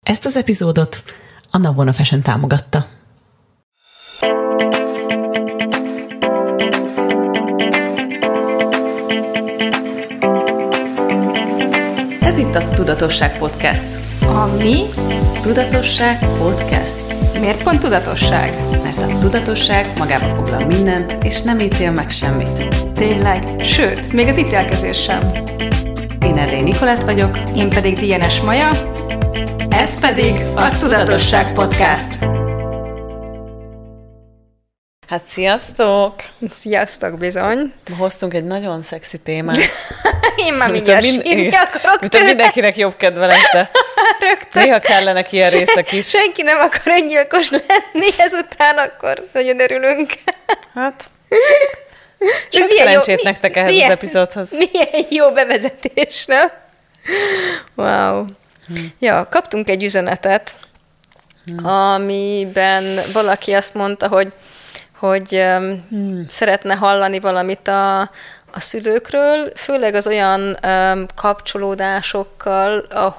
Ezt az epizódot a Navona Fashion támogatta. Ez itt a Tudatosság Podcast. A mi? Tudatosság Podcast. Miért pont tudatosság? Mert a tudatosság magába foglal mindent, és nem ítél meg semmit. Tényleg, sőt, még az ítélkezés sem. Én Erdély Nikolett vagyok. Én pedig Dienes Maja. Ez pedig a Tudatosság Podcast. Hát sziasztok! Sziasztok bizony! Ma hoztunk egy nagyon szexi témát. Én már mindjárt sírni akarok tőle. Mindenkinek jobb kedve lesz, de néha kellenek ilyen részek is. Senki nem akar öngyilkos lenni, ezután akkor nagyon örülünk. Hát, sok szerencsét nektek ehhez az epizódhoz. Milyen jó bevezetés, nem? Wow. Ja, kaptunk egy üzenetet, amiben valaki azt mondta, hogy szeretne hallani valamit a szülőkről, főleg az olyan kapcsolódásokkal,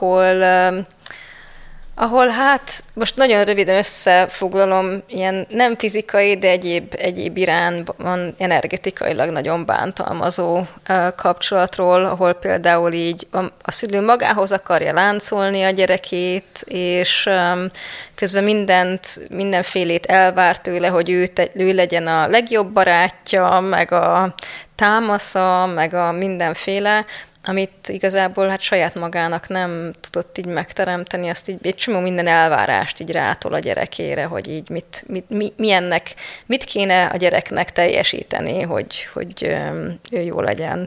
ahol hát most nagyon röviden összefoglalom, ilyen nem fizikai, de egyéb irányban energetikailag nagyon bántalmazó kapcsolatról, ahol például így a szülő magához akarja láncolni a gyerekét, és közben mindenfélét elvár tőle, hogy ő legyen a legjobb barátja, meg a támasza, meg a mindenféle, amit igazából hát saját magának nem tudott így megteremteni, azt így egy csomó minden elvárást így rátol a gyerekére, hogy így mit kéne a gyereknek teljesíteni, hogy ő jó legyen.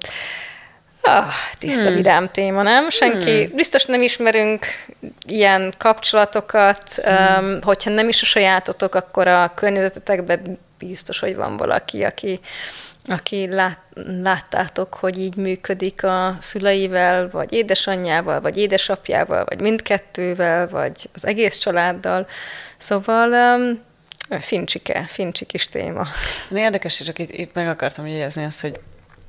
Tiszta vidám téma, nem? Senki, biztos nem ismerünk ilyen kapcsolatokat, hogyha nem is a sajátotok, akkor a környezetetekben biztos, hogy van valaki, aki láttátok, hogy így működik a szüleivel, vagy édesanyjával, vagy édesapjával, vagy mindkettővel, vagy az egész családdal. Szóval fincsi kis téma. Érdekes, csak itt meg akartam jegyezni azt, hogy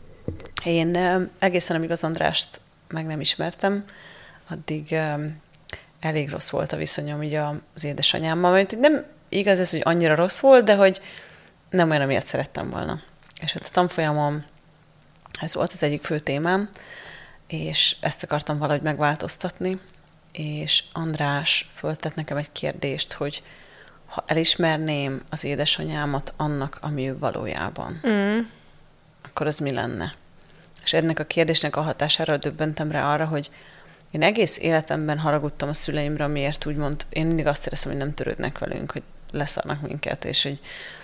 én egészen amíg az Andrást meg nem ismertem, addig elég rossz volt a viszonyom így az édesanyámmal, mert nem igaz ez, hogy annyira rossz volt, de hogy nem olyan, amilyet szerettem volna. És ott a tanfolyamon ez volt az egyik fő témám, és ezt akartam valahogy megváltoztatni, és András föltett nekem egy kérdést, hogy ha elismerném az édesanyámat annak, ami ő valójában, akkor az mi lenne? És ennek a kérdésnek a hatására döbbentem rá arra, hogy én egész életemben haragudtam a szüleimre, amiért úgymond, én mindig azt éreztem, hogy nem törődnek velünk, hogy leszarnak minket, és hogy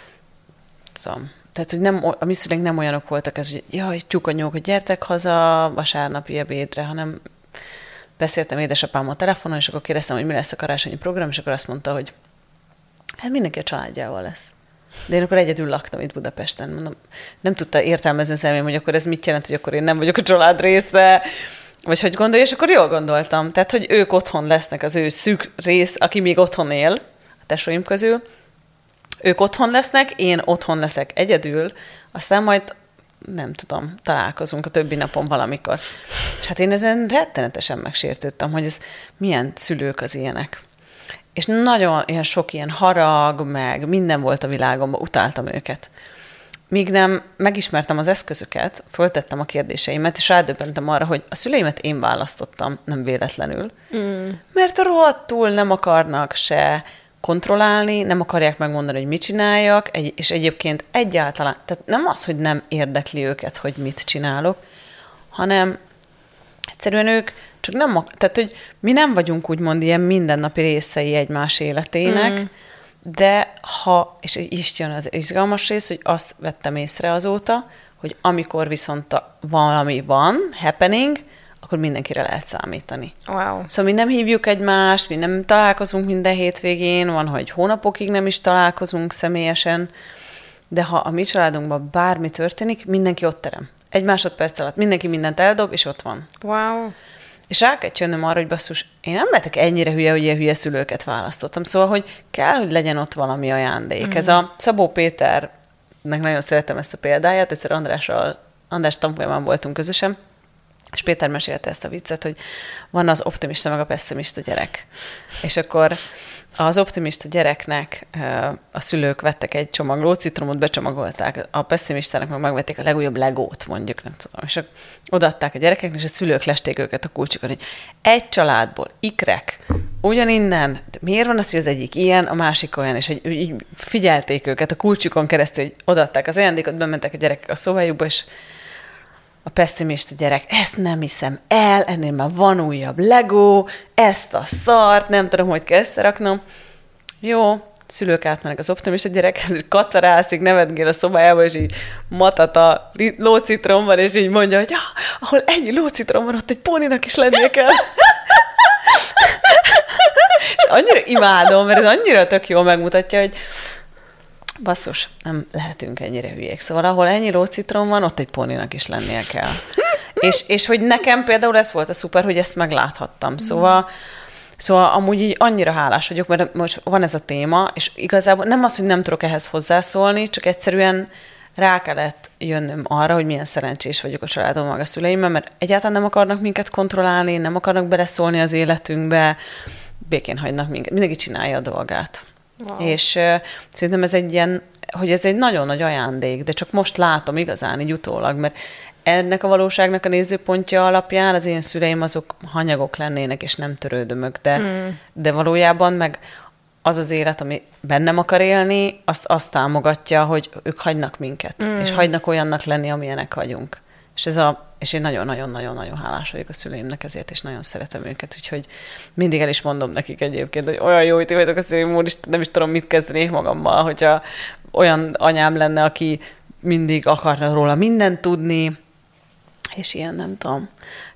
tehát, hogy a mi szüleink nem olyanok voltak, ez, hogy jaj, tyúkanyók, hogy gyertek haza vasárnapi ebédre, hanem beszéltem édesapámmal a telefonon, és akkor kérdeztem, hogy mi lesz a karácsonyi program, és akkor azt mondta, hogy hát mindenki a családjával lesz. De én akkor egyedül laktam itt Budapesten. Mondom, nem tudta értelmezni az elmém, hogy akkor ez mit jelent, hogy akkor én nem vagyok a család része, vagy hogy gondolja, és akkor jól gondoltam. Tehát, hogy ők otthon lesznek, az ő szűk rész, aki még otthon él, a tesóim közül, ők otthon lesznek, én otthon leszek egyedül, aztán majd, nem tudom, találkozunk a többi napon valamikor. És hát én ezen rettenetesen megsértődtem, hogy ez milyen szülők az ilyenek. És nagyon ilyen sok ilyen harag, meg minden volt a világomban, utáltam őket. Míg nem megismertem az eszközöket, föltettem a kérdéseimet, és rádöbbentem arra, hogy a szüleimet én választottam, nem véletlenül. Mert rohadtul nem akarnak se kontrollálni, nem akarják megmondani, hogy mit csináljak, és egyébként egyáltalán, tehát nem az, hogy nem érdekli őket, hogy mit csinálok, hanem egyszerűen ők csak nem, tehát hogy mi nem vagyunk úgymond ilyen mindennapi részei egymás életének, de és is jön az izgalmas rész, hogy azt vettem észre azóta, hogy amikor viszont valami van, happening, akkor mindenkire lehet számítani. Wow. Szóval mi nem hívjuk egymást, mi nem találkozunk minden hétvégén, van, hogy hónapokig nem is találkozunk személyesen, de ha a mi családunkban bármi történik, mindenki ott terem. Egy másodperc alatt mindenki mindent eldob, és ott van. Wow. És rá kell jönnöm arra, hogy basszus, én nem lehetek ennyire hülye, hogy ilyen hülye szülőket választottam. Szóval, hogy kell, hogy legyen ott valami ajándék. Ez a Szabó Péternek nagyon szeretem ezt a példáját, egyszer András tanfolyamán voltunk közösen, És Péter mesélte ezt a viccet, hogy van az optimista meg a pessimista gyerek. És akkor az optimista gyereknek a szülők vettek egy csomag lócitromot, becsomagolták, a pessimistának meg megvették a legújabb legót, mondjuk, nem tudom. És odaadták a gyerekeknek, és a szülők lesték őket a kulcsukon, hogy egy családból ikrek, ugyaninnen, miért van az, hogy az egyik ilyen, a másik olyan, és hogy így figyelték őket a kulcsukon keresztül, hogy odaadták az ajándékot, bementek a gyerekek a szobájukba, és a pessimista gyerek, ezt nem hiszem el, ennél már van újabb Lego, ezt a szart, nem tudom, hogy kell összeraknom. Jó, szülők átmennek az optimista gyerekhez, és kacarászik, nevetgél a szobájába, és így matat a lócitrom van, és így mondja, hogy ahol ennyi lócitrom van, ott egy póninak is lennie kell. És annyira imádom, mert ez annyira tök jól megmutatja, hogy basszus, nem lehetünk ennyire hülyék. Szóval ahol ennyi lócitrom van, ott egy póninak is lennie kell. És hogy nekem például ez volt a szuper, hogy ezt megláthattam. Szóval amúgy így annyira hálás vagyok, mert most van ez a téma, és igazából nem az, hogy nem tudok ehhez hozzászólni, csak egyszerűen rá kellett jönnöm arra, hogy milyen szerencsés vagyok a családom, meg a szüleimmel, mert egyáltalán nem akarnak minket kontrollálni, nem akarnak beleszólni az életünkbe, békén hagynak minket. Mindenki csinálja a dolgát. Wow. És szerintem ez egy ilyen, hogy ez egy nagyon nagy ajándék, de csak most látom igazán így utólag, mert ennek a valóságnak a nézőpontja alapján az én szüleim azok hanyagok lennének, és nem törődömök, de valójában meg az az élet, ami bennem akar élni, azt támogatja, hogy ők hagynak minket, és hagynak olyannak lenni, amilyenek vagyunk. És én nagyon-nagyon-nagyon-nagyon hálás vagyok a szüleimnek ezért, és nagyon szeretem őket, úgyhogy mindig el is mondom nekik egyébként, hogy olyan jó, hogy ti vagytok a szüleim, úr, nem is tudom, mit kezdenék magammal, hogyha olyan anyám lenne, aki mindig akarna róla mindent tudni, és ilyen, nem tudom,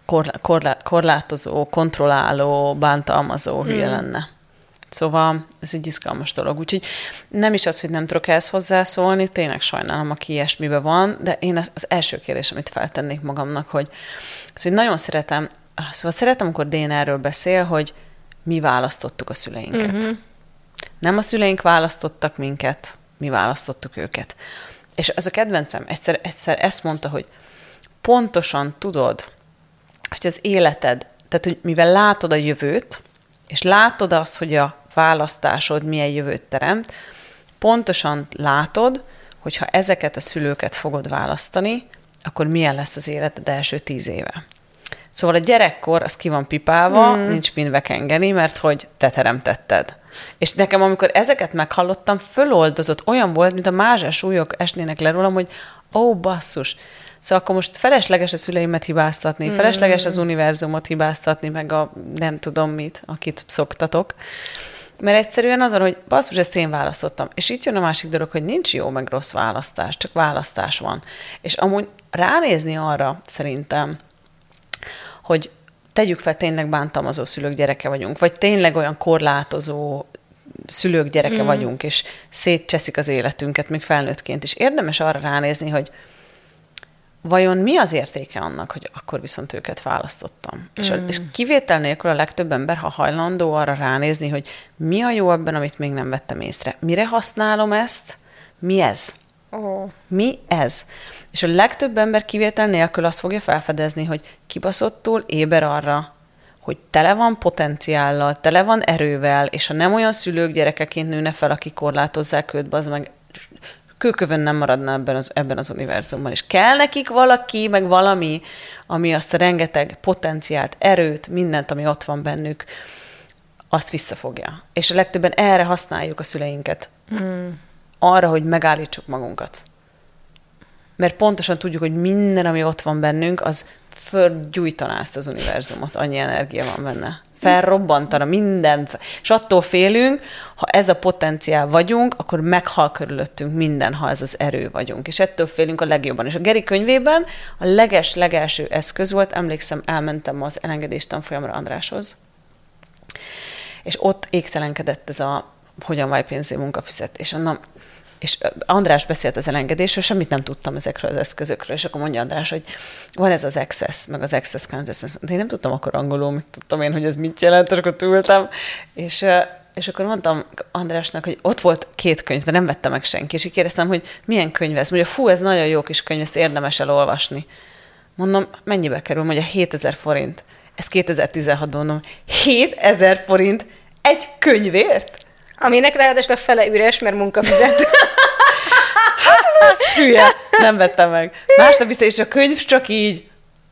korlátozó, kontrolláló, bántalmazó hülye lenne. Szóval ez egy izgalmas dolog. Úgyhogy nem is az, hogy nem tudok ehhez hozzászólni, tényleg sajnálom, aki ilyesmiben van, de én az első kérdés, amit feltennék magamnak, hogy nagyon szeretem, amikor Dén erről beszél, hogy mi választottuk a szüleinket. Mm-hmm. Nem a szüleink választottak minket, mi választottuk őket. És az a kedvencem egyszer ezt mondta, hogy pontosan tudod, hogy az életed, tehát hogy mivel látod a jövőt, és látod azt, hogy a választásod milyen jövőt teremt, pontosan látod, hogyha ezeket a szülőket fogod választani, akkor milyen lesz az életed első 10 éve. Szóval a gyerekkor az ki van pipálva, nincs mind vekengeni, mert hogy te teremtetted. És nekem, amikor ezeket meghallottam, föloldozott, olyan volt, mint a mázsás újok esnének le rólam, hogy basszus, szóval akkor most felesleges a szüleimet hibáztatni, felesleges az univerzumot hibáztatni, meg a nem tudom mit, akit szoktatok. Mert egyszerűen azon, hogy basszus, ezt én választottam. És itt jön a másik dolog, hogy nincs jó meg rossz választás, csak választás van. És amúgy ránézni arra szerintem, hogy tegyük fel, tényleg bántalmazó szülők gyereke vagyunk, vagy tényleg olyan korlátozó szülők gyereke vagyunk, és szétcseszik az életünket, még felnőttként is. Érdemes arra ránézni, hogy vajon mi az értéke annak, hogy akkor viszont őket választottam. És kivétel nélkül a legtöbb ember, ha hajlandó arra ránézni, hogy mi a jó ebben, amit még nem vettem észre. Mire használom ezt? Mi ez? Mi ez? És a legtöbb ember kivétel nélkül azt fogja felfedezni, hogy kibaszottul éber arra, hogy tele van potenciállal, tele van erővel, és ha nem olyan szülők gyerekeként nőne fel, akik korlátozzák őt, az meg kőkövön nem maradna ebben az univerzumban. És kell nekik valaki, meg valami, ami azt a rengeteg potenciált, erőt, mindent, ami ott van bennük, azt visszafogja. És a legtöbben erre használjuk a szüleinket. Arra, hogy megállítsuk magunkat. Mert pontosan tudjuk, hogy minden, ami ott van bennünk, az fölgyújtaná ezt az univerzumot. Annyi energia van benne. Felrobbantana minden. És attól félünk, ha ez a potenciál vagyunk, akkor meghal körülöttünk minden, ha ez az erő vagyunk. És ettől félünk a legjobban. És a Geri könyvében a legelső eszköz volt, emlékszem, elmentem az elengedés tanfolyamra Andráshoz, és ott égtelenkedett ez a hogyan váj pénzé munkafizetés. És András beszélt az elengedésről, semmit nem tudtam ezekről az eszközökről, és akkor mondja András, hogy van ez az Access, meg az Access Consciousness. De én nem tudtam akkor angolul, mit tudtam én, hogy ez mit jelent, és akkor ültem, és akkor mondtam Andrásnak, hogy ott volt 2 könyv, de nem vette meg senki, és így kérdeztem, hogy milyen könyv ez. Mondja, ez nagyon jó kis könyv, ezt érdemes elolvasni. Mondom, mennyibe kerül? Mondja, 7000 forint. Ez 2016-ban mondom, 7000 forint egy könyvért? Aminek ráadásul a fele üres, mert munkafizet. Ez hülye. Nem vettem meg. Másnap vissza, és a könyv csak így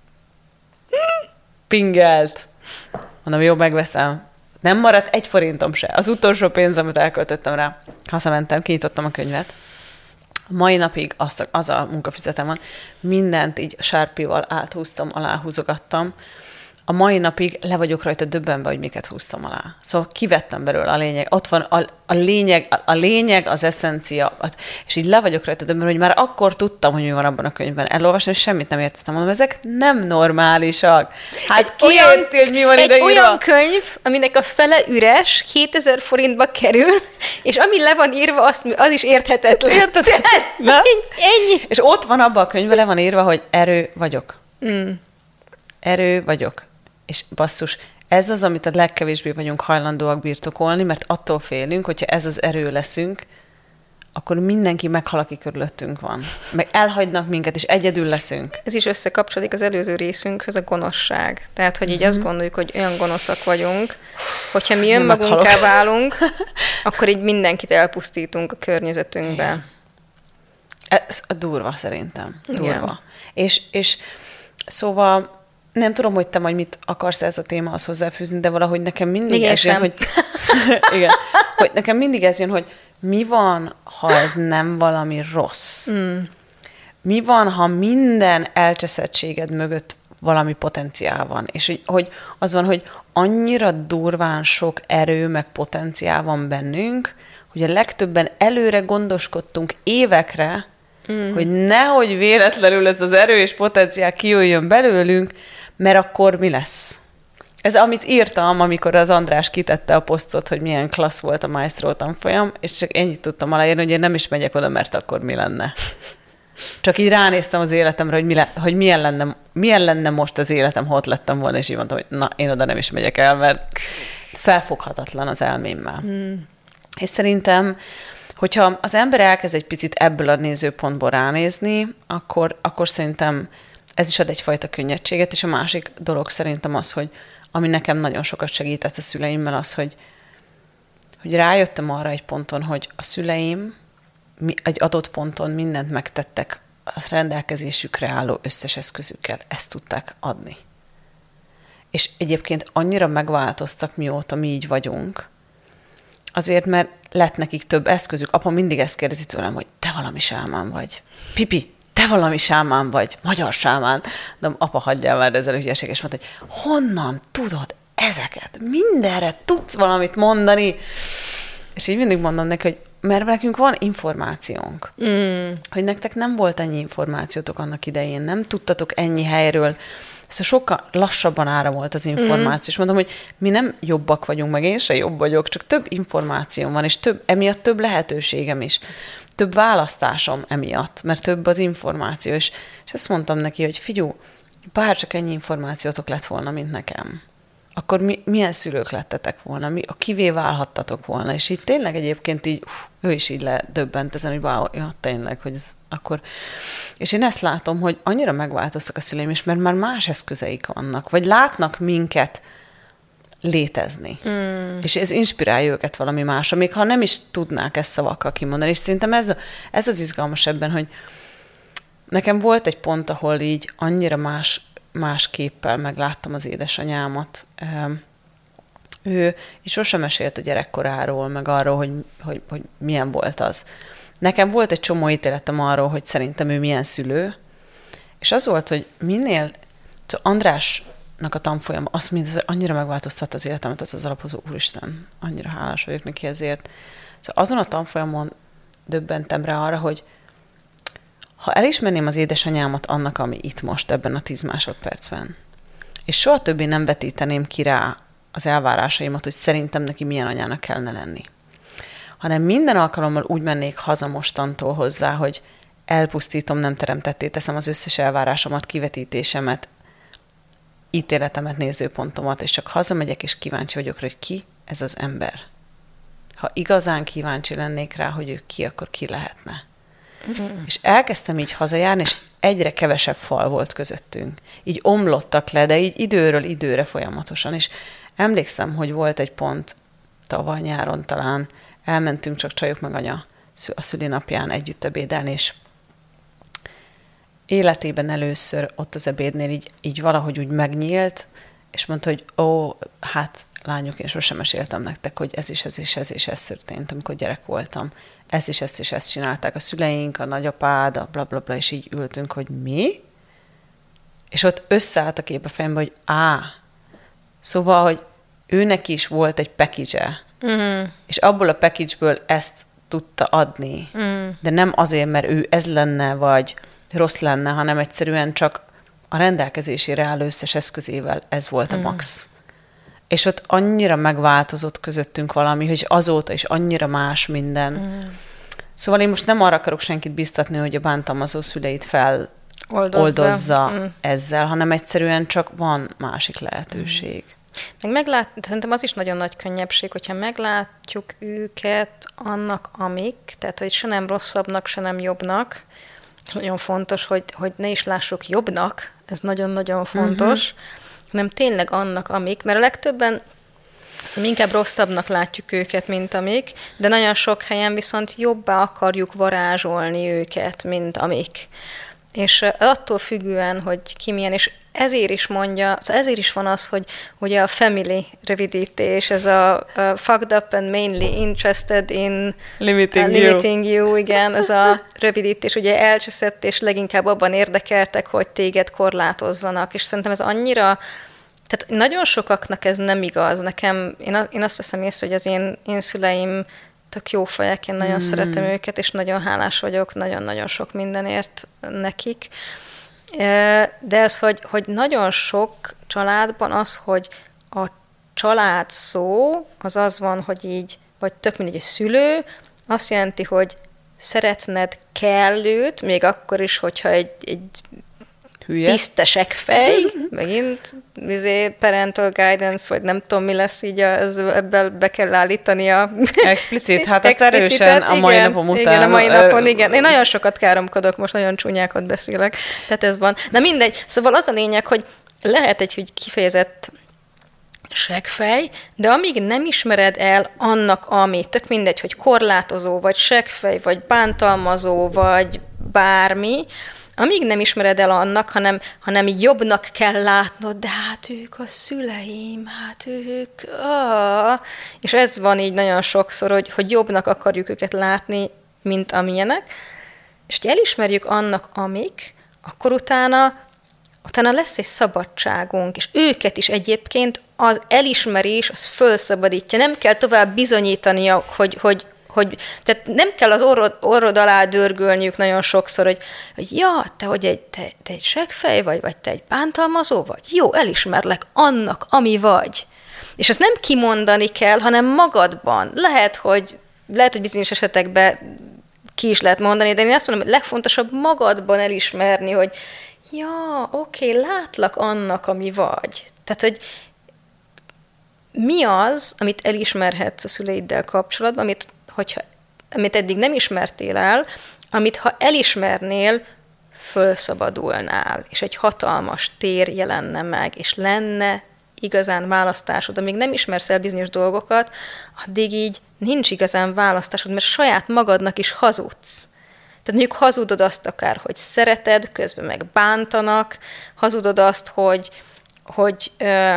pingelt. Mondom, jó, megveszem. Nem maradt egy forintom se. Az utolsó pénzemet elköltöttem rá. Hazamentem, kinyitottam a könyvet. A mai napig az a munkafizetem van. Mindent így sárpival áthúztam, aláhúzogattam. A mai napig le vagyok rajta döbbenve, hogy miket húztam alá. Szóval kivettem belőle a lényeg. Ott van a lényeg, az eszencia. És így le vagyok rajta döbbenve, hogy már akkor tudtam, hogy mi van abban a könyvben. Elolvastam, és semmit nem értettem. Mondom, ezek nem normálisak. Hát ki érti, hogy mi van ide írva? Egy olyan könyv, aminek a fele üres, 7000 forintba kerül, és ami le van írva, az is érthetetlen. Érthetetlen? Ennyi. És ott van abban a könyvben, le van írva, hogy erő vagyok. Erő vagyok. És basszus, ez az, amit a legkevésbé vagyunk hajlandóak birtokolni, mert attól félünk, hogyha ez az erő leszünk, akkor mindenki meghal, aki körülöttünk van. Meg elhagynak minket, és egyedül leszünk. Ez is összekapcsolódik az előző részünkhöz, a gonoszság. Tehát, hogy így azt gondoljuk, hogy olyan gonoszak vagyunk, hogyha mi önmagunká válunk, akkor így mindenkit elpusztítunk a környezetünkbe. Ez durva szerintem. Durva. És szóval nem tudom, hogy te majd mit akarsz ez a témához hozzáfűzni, de valahogy nekem mindig ez jön, hogy... Igen. Hogy nekem mindig ez jön, hogy mi van, ha ez nem valami rossz? Mi van, ha minden elcseszettséged mögött valami potenciál van? És hogy az van, hogy annyira durván sok erő meg potenciál van bennünk, hogy a legtöbben előre gondoskodtunk évekre, hogy nehogy véletlenül ez az erő és potenciál kijöjjön belőlünk, mert akkor mi lesz? Ez, amit írtam, amikor az András kitette a posztot, hogy milyen klassz volt a Maestro tanfolyam, és csak ennyit tudtam aláírni, hogy én nem is megyek oda, mert akkor mi lenne. Csak így ránéztem az életemre, hogy milyen lenne most az életem, ha ott lettem volna, és így mondtam, hogy na, én oda nem is megyek el, mert felfoghatatlan az elmémmel. És szerintem, hogyha az ember elkezd egy picit ebből a nézőpontból ránézni, akkor szerintem ez is ad egyfajta könnyedséget, és a másik dolog szerintem az, hogy ami nekem nagyon sokat segített a szüleimmel, az, hogy rájöttem arra egy ponton, hogy a szüleim egy adott ponton mindent megtettek a rendelkezésükre álló összes eszközükkel. Ezt tudták adni. És egyébként annyira megváltoztak, mióta mi így vagyunk, azért, mert lett nekik több eszközük. Apa mindig ezt kérdezi tőlem, hogy te valami sámán vagy. Pipi, te valami sámán vagy, magyar sámán. De apa, hagyjál már ezzel a hülyeség, és mondta, hogy honnan tudod ezeket? Mindenre tudsz valamit mondani? És így mindig mondom neki, hogy mert nekünk van információnk. Hogy nektek nem volt ennyi információtok annak idején, nem tudtatok ennyi helyről. Ez sokkal lassabban áramolt az információ. És mondom, hogy mi nem jobbak vagyunk, meg én se jobb vagyok, csak több információm van, és emiatt több lehetőségem is. Több választásom emiatt, mert több az információ. És ezt mondtam neki, hogy figyelj, bárcsak ennyi információtok lett volna, mint nekem, akkor milyen szülők lettetek volna, kivé válhattatok volna. És így tényleg egyébként így, ő is így ledöbbent ezen, hogy wow, ja, tényleg, hogy ez akkor... És én ezt látom, hogy annyira megváltoztak a szüleim is, mert már más eszközeik vannak, vagy látnak minket létezni. És ez inspirálja őket valami másra, még ha nem is tudnák ezt szavakkal kimondani. És szerintem ez az izgalmas ebben, hogy nekem volt egy pont, ahol így annyira más képpel megláttam az édesanyámat. Ő is sosem mesélt a gyerekkoráról, meg arról, hogy milyen volt az. Nekem volt egy csomó ítéletem arról, hogy szerintem ő milyen szülő, és az volt, hogy minél Andrásnak a tanfolyam, azt mondja, annyira megváltoztatta az életemet, az alapozó úristen, annyira hálás vagyok neki ezért. Szóval azon a tanfolyamon döbbentem rá arra, hogy ha elismerném az édesanyámat annak, ami itt most ebben a 10 másodpercben, és soha többé nem vetíteném ki rá az elvárásaimat, hogy szerintem neki milyen anyának kellene lenni, hanem minden alkalommal úgy mennék haza mostantól hozzá, hogy elpusztítom, nem teremtetté teszem az összes elvárásomat, kivetítésemet, ítéletemet, nézőpontomat, és csak hazamegyek, és kíváncsi vagyok, hogy ki ez az ember. Ha igazán kíváncsi lennék rá, hogy ő ki, akkor ki lehetne. És elkezdtem így hazajárni, és egyre kevesebb fal volt közöttünk. Így omlottak le, de így időről időre folyamatosan. És emlékszem, hogy volt egy pont tavaly nyáron talán, elmentünk csak csajok meg anya a szülinapján együtt ebédelni, és életében először ott az ebédnél így valahogy úgy megnyílt, és mondta, hogy hát lányok, én sosem meséltem nektek, hogy ez és ez történt, amikor gyerek voltam. Ez is ezt és ezt csinálták a szüleink, a nagyapád, a blablabla, és így ültünk, hogy mi? És ott összeállt a kép a fejembe, hogy szóval, hogy őnek is volt egy package-e, és abból a package-ből ezt tudta adni. De nem azért, mert ő ez lenne, vagy rossz lenne, hanem egyszerűen csak a rendelkezésére álló összes eszközével ez volt a max. És ott annyira megváltozott közöttünk valami, hogy azóta is annyira más minden. Szóval én most nem arra akarok senkit biztatni, hogy a bántalmazó szüleit feloldozza ezzel, hanem egyszerűen csak van másik lehetőség. Meg szerintem az is nagyon nagy könnyebbség, hogyha meglátjuk őket annak, amik, tehát hogy se nem rosszabbnak, se nem jobbnak. Nagyon fontos, hogy ne is lássuk jobbnak, ez nagyon-nagyon fontos, hanem tényleg annak, amik, mert a legtöbben szóval inkább rosszabbnak látjuk őket, mint amik, de nagyon sok helyen viszont jobbá akarjuk varázsolni őket, mint amik. És attól függően, hogy ki milyen, és ezért is mondja, ezért is van az, hogy ugye a family rövidítés, ez a fucked up and mainly interested in limiting you, igen, ez a rövidítés, ugye elcseszett, és leginkább abban érdekeltek, hogy téged korlátozzanak, és szerintem ez annyira, tehát nagyon sokaknak ez nem igaz. Nekem, én azt veszem észre, hogy az én szüleim tök jó fejek, én nagyon szeretem őket, és nagyon hálás vagyok, nagyon-nagyon sok mindenért nekik. De ez, hogy nagyon sok családban az, hogy a család szó, az van, hogy így, vagy tök mindegy, egy szülő, azt jelenti, hogy szeretned kell őt, még akkor is, hogyha egy tisztesek fej, megint parental guidance, vagy nem tudom, mi lesz így, ebből be kell állítani a... Explicit, hát ezt erősen a mai napom után. Igen, a mai napon, igen. Én nagyon sokat káromkodok, most nagyon csúnyákat beszélek, tehát ez van. Na mindegy, szóval az a lényeg, hogy lehet egy kifejezett seggfej, de amíg nem ismered el annak, ami, tök mindegy, hogy korlátozó, vagy seggfej, vagy bántalmazó, vagy bármi, amíg nem ismered el annak, hanem jobbnak kell látnod, de hát ők a szüleim, hát ők... És ez van így nagyon sokszor, hogy jobbnak akarjuk őket látni, mint amilyenek, és hogy elismerjük annak, amik, akkor utána lesz egy szabadságunk, és őket is egyébként az elismerés, az felszabadítja. Nem kell tovább bizonyítania, hogy tehát nem kell az orrod alá dörgölniük nagyon sokszor, hogy ja, te egy seggfej vagy te egy bántalmazó vagy. Jó, elismerlek annak, ami vagy. És ezt nem kimondani kell, hanem magadban. Lehet, hogy bizonyos esetekben ki is lehet mondani, de én azt mondom, hogy legfontosabb magadban elismerni, hogy ja, oké, látlak annak, ami vagy. Tehát, hogy mi az, amit elismerhetsz a szüleiddel kapcsolatban, amit eddig nem ismertél el, amit ha elismernél, fölszabadulnál, és egy hatalmas tér jelenne meg, és lenne igazán választásod. Amíg nem ismersz el bizonyos dolgokat, addig így nincs igazán választásod, mert saját magadnak is hazudsz. Tehát mondjuk hazudod azt akár, hogy szereted, közben meg bántanak, hazudod azt, hogy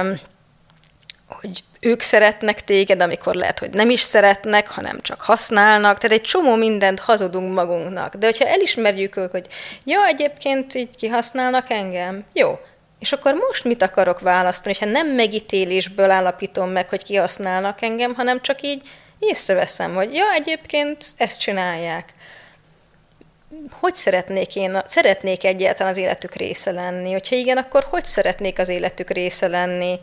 ők szeretnek téged, amikor lehet, hogy nem is szeretnek, hanem csak használnak. Tehát egy csomó mindent hazudunk magunknak. De hogyha elismerjük ők, hogy ja, egyébként így kihasználnak engem, jó. És akkor most mit akarok választani? Ha nem megítélésből állapítom meg, hogy kihasználnak engem, hanem csak így észreveszem, hogy ja, egyébként ezt csinálják. Hogy szeretnék egyáltalán az életük része lenni? Hogyha igen, akkor hogy szeretnék az életük része lenni?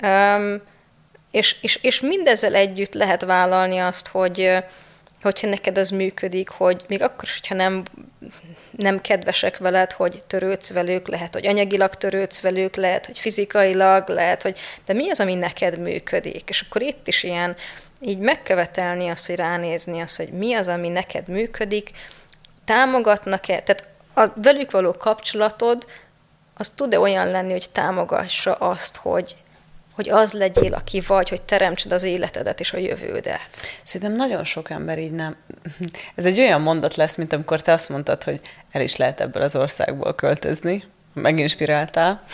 És mindezzel együtt lehet vállalni azt, hogyha neked ez működik, hogy még akkor is, hogyha nem kedvesek veled, hogy törődsz velük, lehet, hogy anyagilag törődsz velük, lehet, hogy fizikailag, lehet, hogy... De mi az, ami neked működik? És akkor itt is ilyen, így megkövetelni azt, hogy ránézni azt, hogy mi az, ami neked működik, támogatnak-e? Tehát a velük való kapcsolatod, az tud-e olyan lenni, hogy támogassa azt, hogy az legyél, aki vagy, hogy teremtsd az életedet és a jövődet. Szerintem nagyon sok ember így nem. Ez egy olyan mondat lesz, mint amikor te azt mondtad, hogy el is lehet ebből az országból költözni. Meginspiráltál.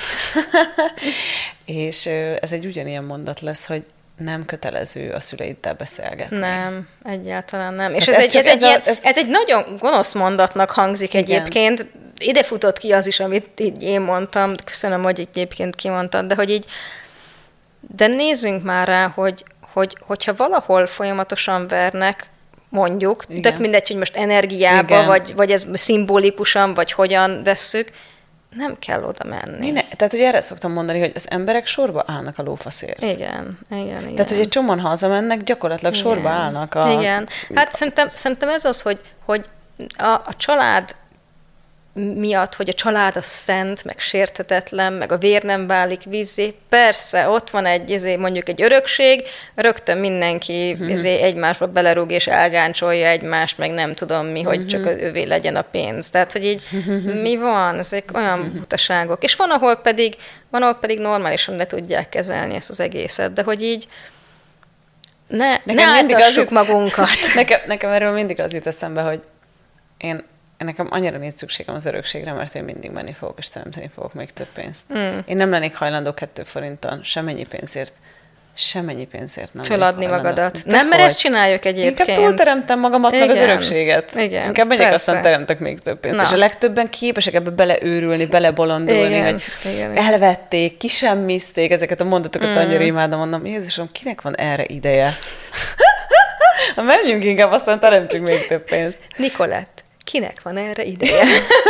És ez egy ugyanilyen mondat lesz, hogy nem kötelező a szüleiddel beszélgetni. Nem, egyáltalán nem. És ez egy nagyon gonosz mondatnak hangzik egyébként. Ide futott ki az is, amit így én mondtam. Köszönöm, hogy egyébként kimondtad, de hogy így de nézzünk már rá, hogyha valahol folyamatosan vernek, mondjuk, tök mindegy, hogy most energiába, vagy ez szimbolikusan, vagy hogyan vesszük, nem kell oda menni. Tehát, hogy erre szoktam mondani, hogy az emberek sorba állnak a lófaszért. Igen. Tehát, hogy egy csomóan hazamennek, gyakorlatilag sorba állnak. Igen. Hát szerintem ez az, hogy a család miatt, hogy a család az szent, meg sérthetetlen, meg a vér nem válik vízzé. Persze, ott van mondjuk egy örökség, rögtön mindenki egymásba belerúg és elgáncsolja egymást, meg nem tudom mi, hogy csak az övé legyen a pénz. Tehát, hogy így mi van? Ezek olyan butaságok. És van, ahol pedig normálisan le tudják kezelni ezt az egészet, de hogy így ne áltassuk magunkat. Nekem erről mindig az jut eszembe, hogy nekem annyira nincs szükségem az örökségre, mert én mindig menni fogok, és teremteni fogok még több pénzt. Én nem lennék hajlandó 2 forinton, semennyi pénzért nem feladni magadat. Nem, mert ezt csináljuk egyébként. Inkább túlteremtem magamat, meg az örökséget. Igen, inkább megyek, aztán teremtek még több pénzt. És a legtöbben képesek ebbe beleőrülni, belebolondulni, hogy elvették, kisemmizték ezeket a mondatokat, annyira imádom, mondom, Jézusom, kinek van erre ideje? Menjünk inkább, aztán teremtsünk még több pénzt. Nikolett. Kinek van erre ideje?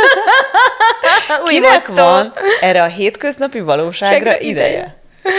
Kinek van erre a hétköznapi valóságra ideje?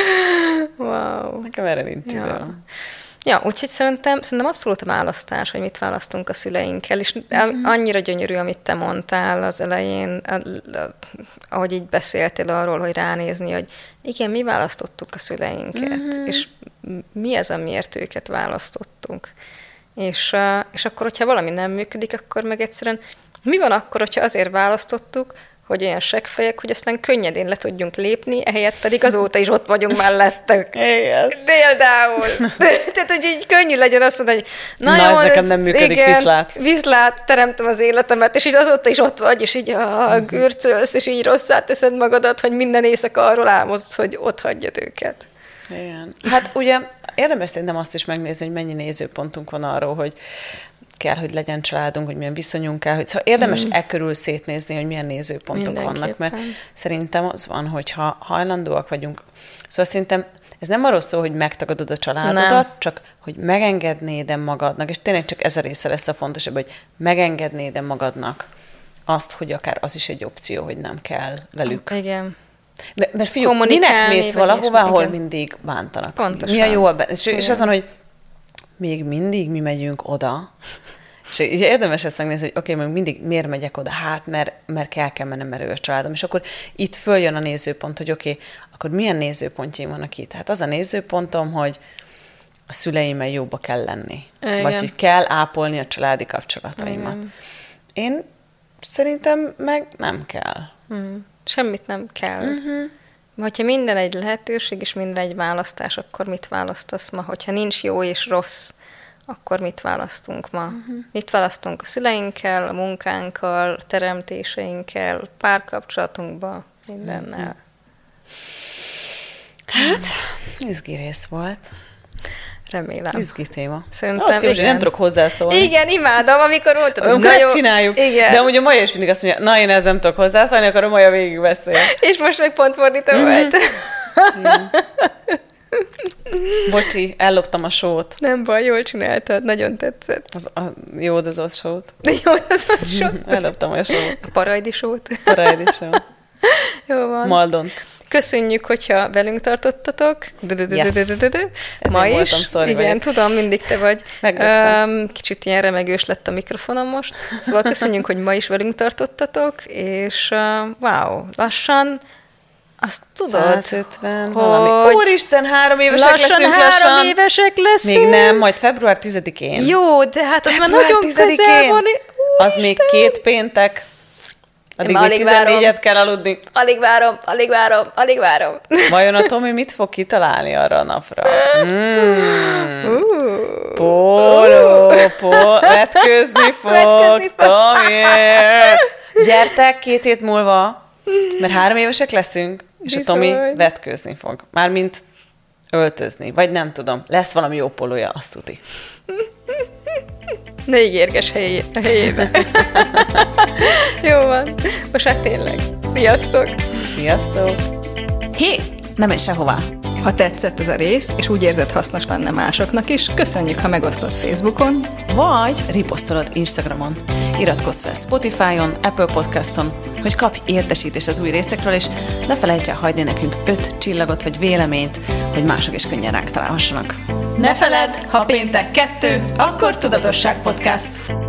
Wow. Nekem erre nincs ide. Ja, úgyhogy szerintem abszolút a választás, hogy mit választunk a szüleinkkel, és annyira gyönyörű, amit te mondtál az elején, ahogy így beszéltél arról, hogy ránézni, hogy igen, mi választottuk a szüleinket, és mi ez, amiért őket választottunk. És akkor, hogyha valami nem működik, akkor meg egyszerűen mi van akkor, hogyha azért választottuk, hogy olyan seggfejek, hogy aztán könnyedén le tudjunk lépni, ehelyett pedig azóta is ott vagyunk mellettük. Igen. Például. Tehát, hogy így könnyű legyen azt mondani, hogy na jó, ez nekem nem működik, igen, viszlát, teremtem az életemet, és így azóta is ott vagy, és így gürcölsz, és így rosszát teszed magadat, hogy minden éjszaka arról álmodsz, hogy ott hagyjad őket. Igen. Hát ugye érdemes szerintem azt is megnézni, hogy mennyi nézőpontunk van arról, hogy kell, hogy legyen családunk, hogy milyen viszonyunk kell, hogy szóval érdemes körül szétnézni, hogy milyen nézőpontok vannak, mert szerintem az van, hogyha hajlandóak vagyunk. Szóval szerintem ez nem arról szól, hogy megtagadod a családodat, csak hogy megengednéd-e magadnak, és tényleg csak ez a része lesz a fontosabb, hogy megengednéd-e magadnak azt, hogy akár az is egy opció, hogy nem kell velük. Igen. Mert figyelj, minek mész valahová, ahol mindig bántanak? Pontosan. Mi a jó abban? És az van, hogy még mindig mi megyünk oda, és így érdemes ezt megnézni, hogy oké, még mindig miért megyek oda? Hát, mert kell mennem, mert ő a családom. És akkor itt följön a nézőpont, hogy oké, akkor milyen nézőpontjaim vannak itt? Hát az a nézőpontom, hogy a szüleimmel jóba kell lenni. Igen. Vagy hogy kell ápolni a családi kapcsolataimat. Igen. Én szerintem meg nem kell. Semmit nem kell. Hogyha minden egy lehetőség, és minden egy választás, akkor mit választasz ma? Hogyha nincs jó és rossz, akkor mit választunk ma? Mit választunk a szüleinkkel, a munkánkkal, a teremtéseinkkel, a párkapcsolatunkba, mindennel? Hát, izgi rész volt. Remélem. Izgi téma. Szerintem igen. Nem tudok hozzászólni. Igen, imádom, amikor mondtad, hogy na ezt csináljuk. Igen. De amúgy a Maja is mindig azt mondja, na én ezt nem tudok hozzászólni, akkor a Maja végig beszél. És most meg pont fordítva volt. Bocsi, elloptam a sót. Nem baj, jól csináltad, nagyon tetszett. Jódozott sót. Jódozott sót. Elloptam a sót. A parajdi sót. Parajdi sót. Jó van. Maldont. Köszönjük, hogyha velünk tartottatok. Ma is. Igen, tudom, mindig te vagy. Kicsit ilyen remegős lett a mikrofonom most. Szóval köszönjük, hogy ma is velünk tartottatok, és wow, lassan azt tudod, 150 valami. Úristen, 3 évesek leszünk lassan. 3 évesek leszünk. Még nem, majd február 10-én. Jó, de hát az már nagyon közel van. Az még 2 péntek. Addig még 14-et kell aludni. Alig várom. Vajon a Tomi mit fog kitalálni arra a napra? Póló, vetkőzni fog, Tomi. Gyertek 2 hét múlva, mert 3 évesek leszünk, és a Tomi vetkőzni fog. Mármint öltözni, vagy nem tudom. Lesz valami jó pólója, azt tudni. Ne ígérges a helyébe. Jó van. Most hát tényleg. Sziasztok! Sziasztok! Hé, nem menj sehová! Ha tetszett ez a rész, és úgy érzed hasznos lenne másoknak is, köszönjük, ha megosztod Facebookon, vagy riposztolod Instagramon. Iratkozz fel Spotify-on, Apple Podcaston, hogy kapj értesítést az új részekről, és ne felejts el hagyni nekünk 5 csillagot vagy véleményt, hogy mások is könnyen ránk találhassanak. ne feledd, ha péntek 2, akkor Tudatosság Podcast!